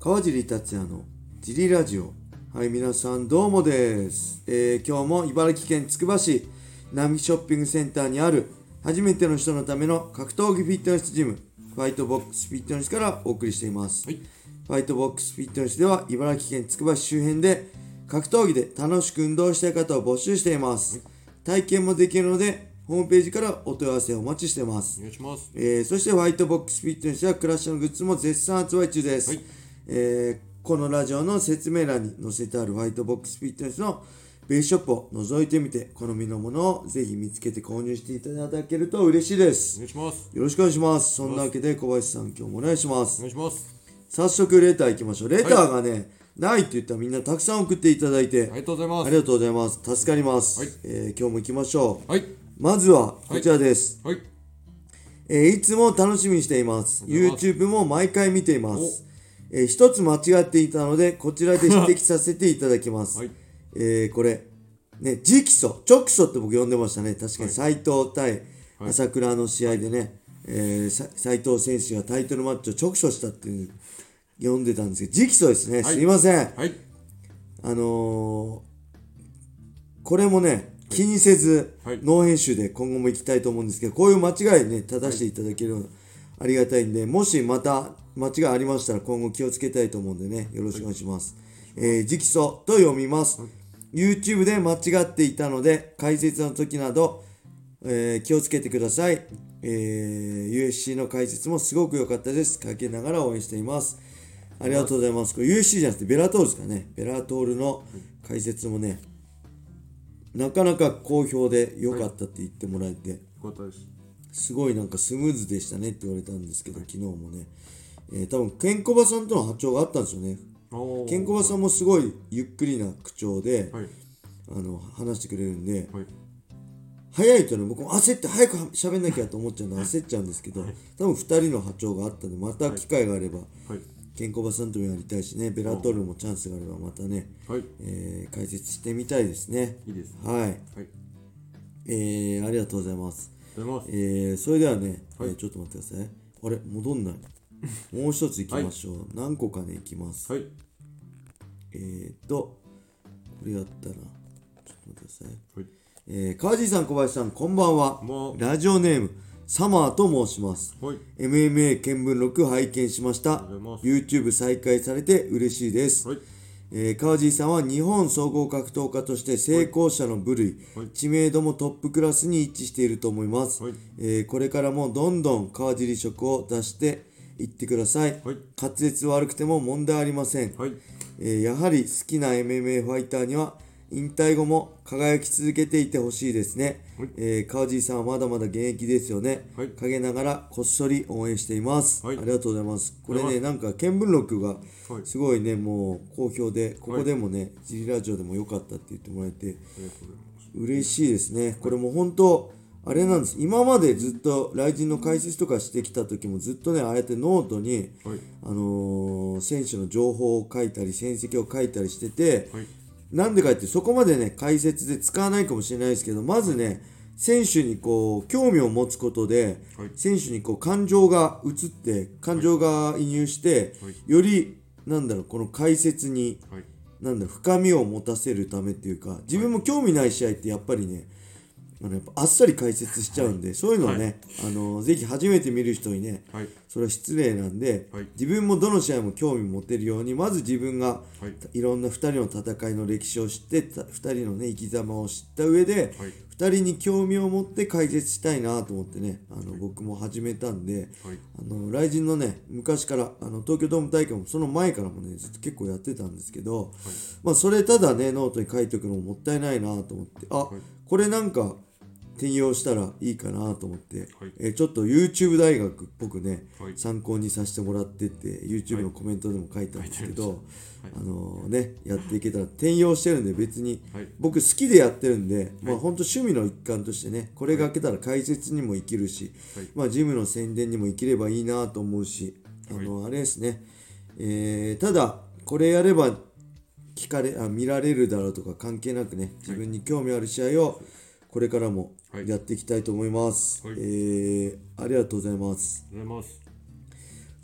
川尻達也のジリラジオ。はい、皆さんどうもです。今日も茨城県つくば市並木ショッピングセンターにある初めての人のための格闘技フィットネスジム、ファイトボックスフィットネスからお送りしています。 はい、 ファイトボックスフィットネスでは茨城県つくば市周辺で格闘技で楽しく運動したい方を募集しています。体験もできるのでホームページからお問い合わせをお待ちしています。 お願いします。 そしてファイトボックスフィットネスやクラッシュのグッズも絶賛発売中です。 はい、 このラジオの説明欄に載せてあるファイトボックスフィットネスのベースショップを覗いてみて好みのものをぜひ見つけて購入していただけると嬉しいです。 お願いします。 よろしくお願いします。そんなわけで小林さん、今日もお願いします。 お願いします。 早速レターいきましょう。レターがね、ないって言ったらみんなたくさん送っていただいてありがとうございます。 ありがとうございます。助かります。 はい今日も行きましょう。 はい、 まずはこちらです。 はい、 いつも楽しみにしています。 ありがとうござい YouTube も毎回見ています。一つ間違っていたので、こちらで指摘させていただきます。 はい、 これ、ね、直訴、直訴って僕呼んでましたね。確かに斉藤対はい朝倉の試合でね、斉藤選手がタイトルマッチを直訴したっていう呼んでたんですけど、直訴ですね。 はいすいません。 はい、 これもね、気にせず、 はいノー編集で今後も行きたいと思うんですけど、こういう間違いね、正していただけるのありがたいんで、もしまた間違いありましたら今後気をつけたいと思うんでね、よろしくお願いします。直訴と読みます。YouTube で間違っていたので、解説の時など、気をつけてください。USC の解説もすごく良かったです。かけながら応援しています。ありがとうございます。これ USC じゃなくてベラトールですかね。ベラトールの解説もね、なかなか好評で良かったって言ってもらえて、 よかったです。 すごいなんかスムーズでしたねって言われたんですけど、昨日もね、多分ケンコバさんとの波長があったんですよね。ケンコバさんもすごいゆっくりな口調で、 はい、 話してくれるんで、 はい、 早いとね、僕も焦って早く喋んなきゃと思っちゃうんで焦っちゃうんですけど、多分2人の波長があったんで、また機会があれば、 はい、 ケンコバさんともやりたいしね、ベラトールもチャンスがあればまたね、 はい、 解説してみたいですね。 いいです。 はい。 はい、 ありがとうございます。 ありがとうございます。 それではね、 はいちょっと待ってください。あれ戻んない。もう一ついきましょう。何個かねいきます。 はい、 これやったら、ちょっと待ってください。 はい、 川地さん、小林さん、こんばんは。 もラジオネーム、サマーと申します。 う、はい、 MMA 見聞録拝見しました。 ありがとうございます。 YouTube 再開されて嬉しいです。 はい、 川地さんは日本総合格闘家として成功者の部類、 はい、 知名度もトップクラスに一致していると思います。 はい、 これからもどんどん川尻色を出していってください。 はい、 滑舌悪くても問題ありません。 はい、 やはり好きな MMA ファイターには引退後も輝き続けていてほしいですね。川尻さんはまだまだ現役ですよね。 はい、 陰ながらこっそり応援しています。 はいありがとうございます。これね、 ありがなんか見聞録がはいすごいね、もう好評で、ここでもね、ジリラジオでも良かったって言ってもらえて、 ありがとうございます。 嬉しいですね。これも本当、あれなんです。今までずっと、雷神の解説とかしてきた時もずっとね、ああやってノートに、 はい、 選手の情報を書いたり、戦績を書いたりしてて、 はい、 なんでかってそこまでね、解説で使わないかもしれないですけど、まずね、選手にこう、興味を持つことで、 はい、 選手にこう、感情が移って、感情が移入して、 はい、 より、なんだろう、この解説に、 はい、 なんだろう、深みを持たせるためっていうか、自分も興味ない試合ってやっぱりね、やっぱあっさり解説しちゃうんで、そういうのをね、ぜひ初めて見る人にね、 はい、 それは失礼なんで、 はい、 自分もどの試合も興味持てるように、まず自分がはい、 いろんな2人の戦いの歴史を知って、2人のね、生き様を知った上で、 はい、 2人に興味を持って解説したいなと思ってね、僕も始めたんで、 はい、 雷神のね、昔から、東京ドーム大会もその前からもね、ずっと結構やってたんですけど、まあ、それただね、ノートに書いておくのももったいないなと思って、あ、これなんか、転用したらいいかなと思って、ちょっと YouTube 大学っぽくね、 はい、 参考にさせてもらってって YouTube のコメントでも書いたんですけど、やっていけたら転用してるんで別に、 はい、 僕好きでやってるんで、まあ本当趣味の一環としてね、これが開けたら解説にも生きるし、まあジムの宣伝にも生きればいいなと思うし、あれですね、ただこれやれば見られるだろうとか関係なくね、自分に興味ある試合をこれからもやっていきたいと思います。 はい、 ありがとうございます。 ありがとうございます。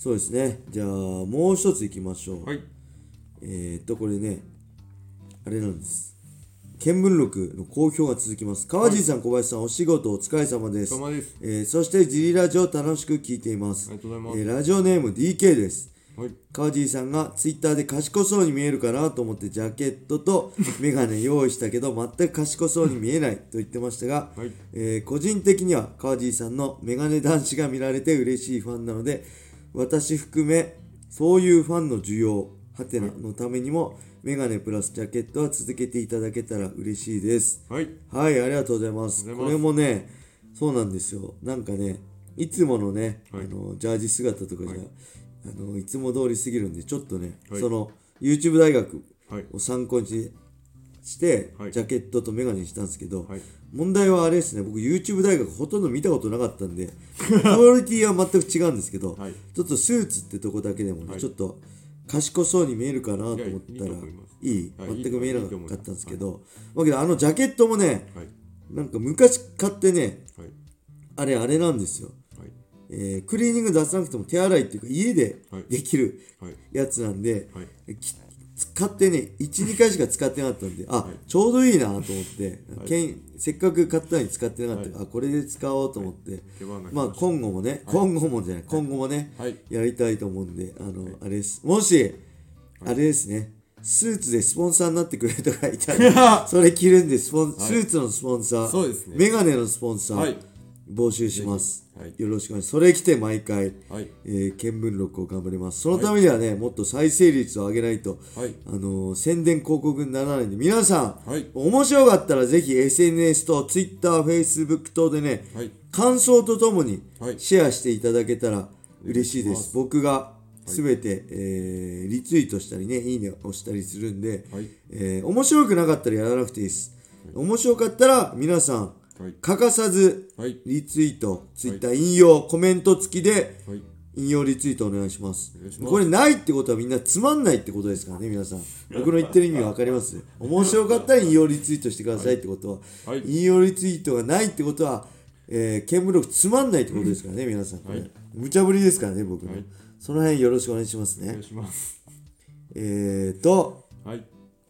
そうですね。じゃあもう一ついきましょう。 はい。 これね、あれなんです。見聞録の好評が続きます。川尻さん、小林さん、お仕事お疲れ様です。 お疲れ様です。 そしてジリラジオ楽しく聞いています。 ありがとうございます。 ラジオネーム DK です。 はい。 川尻さんがツイッターで賢そうに見えるかなと思ってジャケットとメガネ用意したけど全く賢そうに見えないと言ってましたが、 はい。 個人的には川尻さんのメガネ男子が見られて嬉しいファンなので、私含めそういうファンの需要ハテナのためにもメガネプラスジャケットは続けていただけたら嬉しいです。 はい。 はい、ありがとうございます。これもね、そうなんですよ。なんかね、いつものね、 はいジャージ姿とかじゃ、いつも通りすぎるんで、ちょっとね、 はいその YouTube 大学はい。 を参考にして、 はいジャケットとメガネにしたんですけど、 はい。 問題はあれですね、僕 YouTube 大学ほとんど見たことなかったんで、クオリティは全く違うんですけど、 はい。 ちょっとスーツってとこだけでもね、 はいちょっと賢そうに見えるかなと思ったら、 いやいいと思いますいいはい全く見えなかったんですけど、だけどあのジャケットもね、 はい。 なんか昔買ってね、 はい。 あれなんですよ。 はい。 クリーニング出さなくても手洗いっていうか家ではいできるはい。 やつなんで、 はい。 使ってね、1、2回しか使ってなかったんで、 はいちょうどいいなと思って、 はいせっかく買ったのに使ってなかったから、 はいこれで使おうと思って、 手放しまあ今後もね、今後もね、 はい。 やりたいと思うんで、あれです。もし、あれですね、スーツでスポンサーになってくれる人がいたら、それ着るんで、スーツのスポンサー、 そうですね。 メガネのスポンサー、 はい。 募集します。 はい。 よろしくお願いします。それ着て毎回、 はい。 見聞録を頑張ります。そのためにはね、もっと再生率を上げないと、 はい。 宣伝広告にならないんで、皆さん、 はい。 面白かったらぜひ SNS と Twitter、Facebook 等でね、 はい。 感想とともにはい。 シェアしていただけたら嬉しいです。 お願いします僕がすべて、リツイートしたりね、いいねを押したりするんで、 はい。 面白くなかったらやらなくていいです。面白かったら皆さん、 はい。 欠かさずはい。 リツイート、ツイッター引用、コメント付きではい。 引用リツイートお願いします。 お願いしますこれないってことはみんなつまんないってことですからね、皆さん。僕の言ってる意味わかります面白かったら引用リツイートしてくださいってことは、 はい。 引用リツイートがないってことは、見聞録つまんないってことですからね、皆さん。これはい無茶ぶりですからね、僕の。 はいその辺よろしくお願いしますねお願い。します。はい。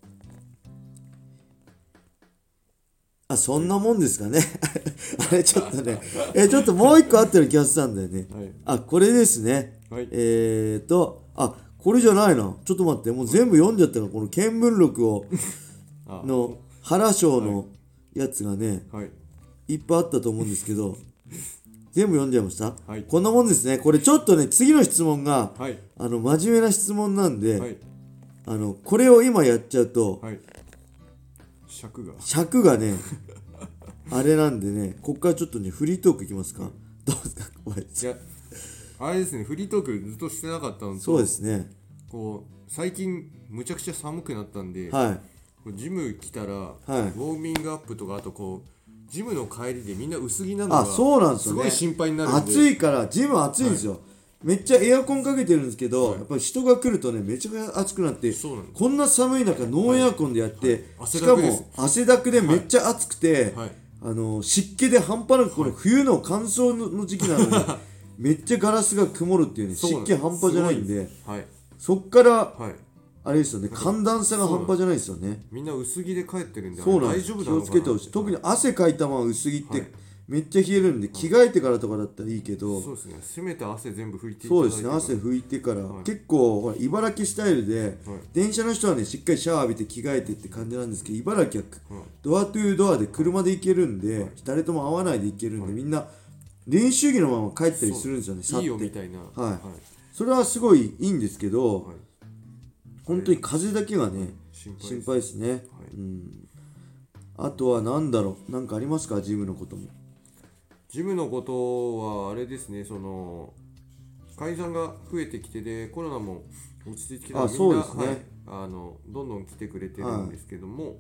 そんなもんですかね。あれちょっとね、ちょっともう一個あったような気がしたんだよね。 はい。 これですね。 はい。 これじゃないな。ちょっと待って、もう全部読んじゃったの。この見聞録をあの原章のやつがね、 はい。 いっぱいあったと思うんですけど、全部読んじゃいましたはい。 こんなもんですね。これちょっとね、次の質問が、 はい。 真面目な質問なんで、 はい。 これを今やっちゃうと、 はい。尺が。 尺がね、あれなんでね、こっからちょっとね、フリートークいきますか。どうですか小林さんいや、あれですね、フリートークずっとしてなかったのと、 そうですね。 こう、最近、むちゃくちゃ寒くなったんで、 はい。 こうジム来たら、 はいウォーミングアップとか、あとこう、ジムの帰りでみんな薄着なのが、 そうなんですよね。 すごい心配になるんで。 暑いから、ジム暑いんですよ。めっちゃエアコンかけてるんですけど、 はいやっぱり人が来るとね、めちゃくちゃ暑くなって、 そうなんです。 こんな寒い中、ノーエアコンでやって、 はいしか汗だくですも汗だくでめっちゃ暑くて、 はい。 湿気で半端なくこの冬の乾燥の時期なのに、めっちゃガラスが曇るっていうね、 そうなん湿気半端じゃないんで、 はい。 そっから、 はい。 あれですよね、寒暖差が半端じゃないですよね。 みんな薄着で帰ってるんで、 そうなんです。 あれ大丈夫気なのかなをつけてほしい。特に汗かいたまま薄着っはいてめっちゃ冷えるんで、着替えてからとかだったらいいけど、 そうですね、せめて汗全部拭いていただいてそうですね、汗拭いてから、 はい結構ほら茨城スタイルで、 はい電車の人はねしっかりシャワー浴びて着替えてって感じなんですけど、茨城ははいドアトゥードアで車で行けるんで、誰とも会わないで行けるんで、みんな練習着のまま帰ったりするんですよね、 いいよ去ってみたいな。 はいそれはすごいいいんですけど、 はい本当に風だけがね心配ですね、 はいあとは何だろう、なんかありますか、ジムのことも。 ジムのことはあれですね、会員さんが増えてきてで、コロナも落ち着いてきて、みんな、 そうですねはい、どんどん来てくれてるんですけども、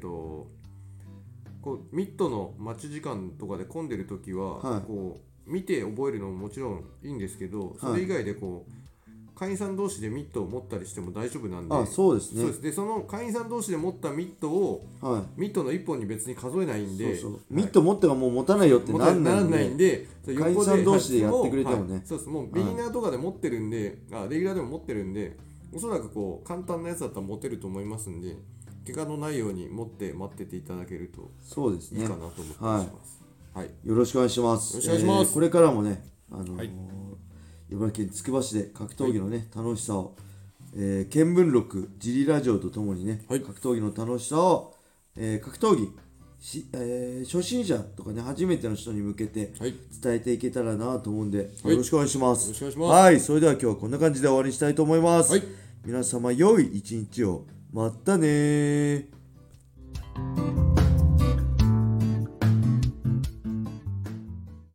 こうミットの待ち時間とかで混んでる時は、 はいこう見て覚えるのももちろんいいんですけど、それ以外でこう会員さん同士でミットを持ったりしても大丈夫なんで、 そうですね。 そうです。でその会員さん同士で持ったミットを、ミットの1本に別に数えないんで、 ミット持ってはもう持たないよってならないんで、会員さん同士でやってくれてもね、 そうです。もうビギナーとかで持ってるんで、レギュラーでも持ってるんで、おそらくこう簡単なやつだったら持てると思いますんで、怪我のないように持って待ってていただけるといいかなと思ってします。 よろしくお願いします。 よろしくお願いします。 これからもね、茨城県つくば市で格闘技のね、楽しさを、見聞録、ジリラジオとともにね、格闘技の楽しさを、格闘技、初心者とかね、初めての人に向けて伝えていけたらなと思うんで、よろしくお願いします。 よろしくお願いします。はい、 それでは今日はこんな感じで終わりにしたいと思います。皆様良い一日を。またねー。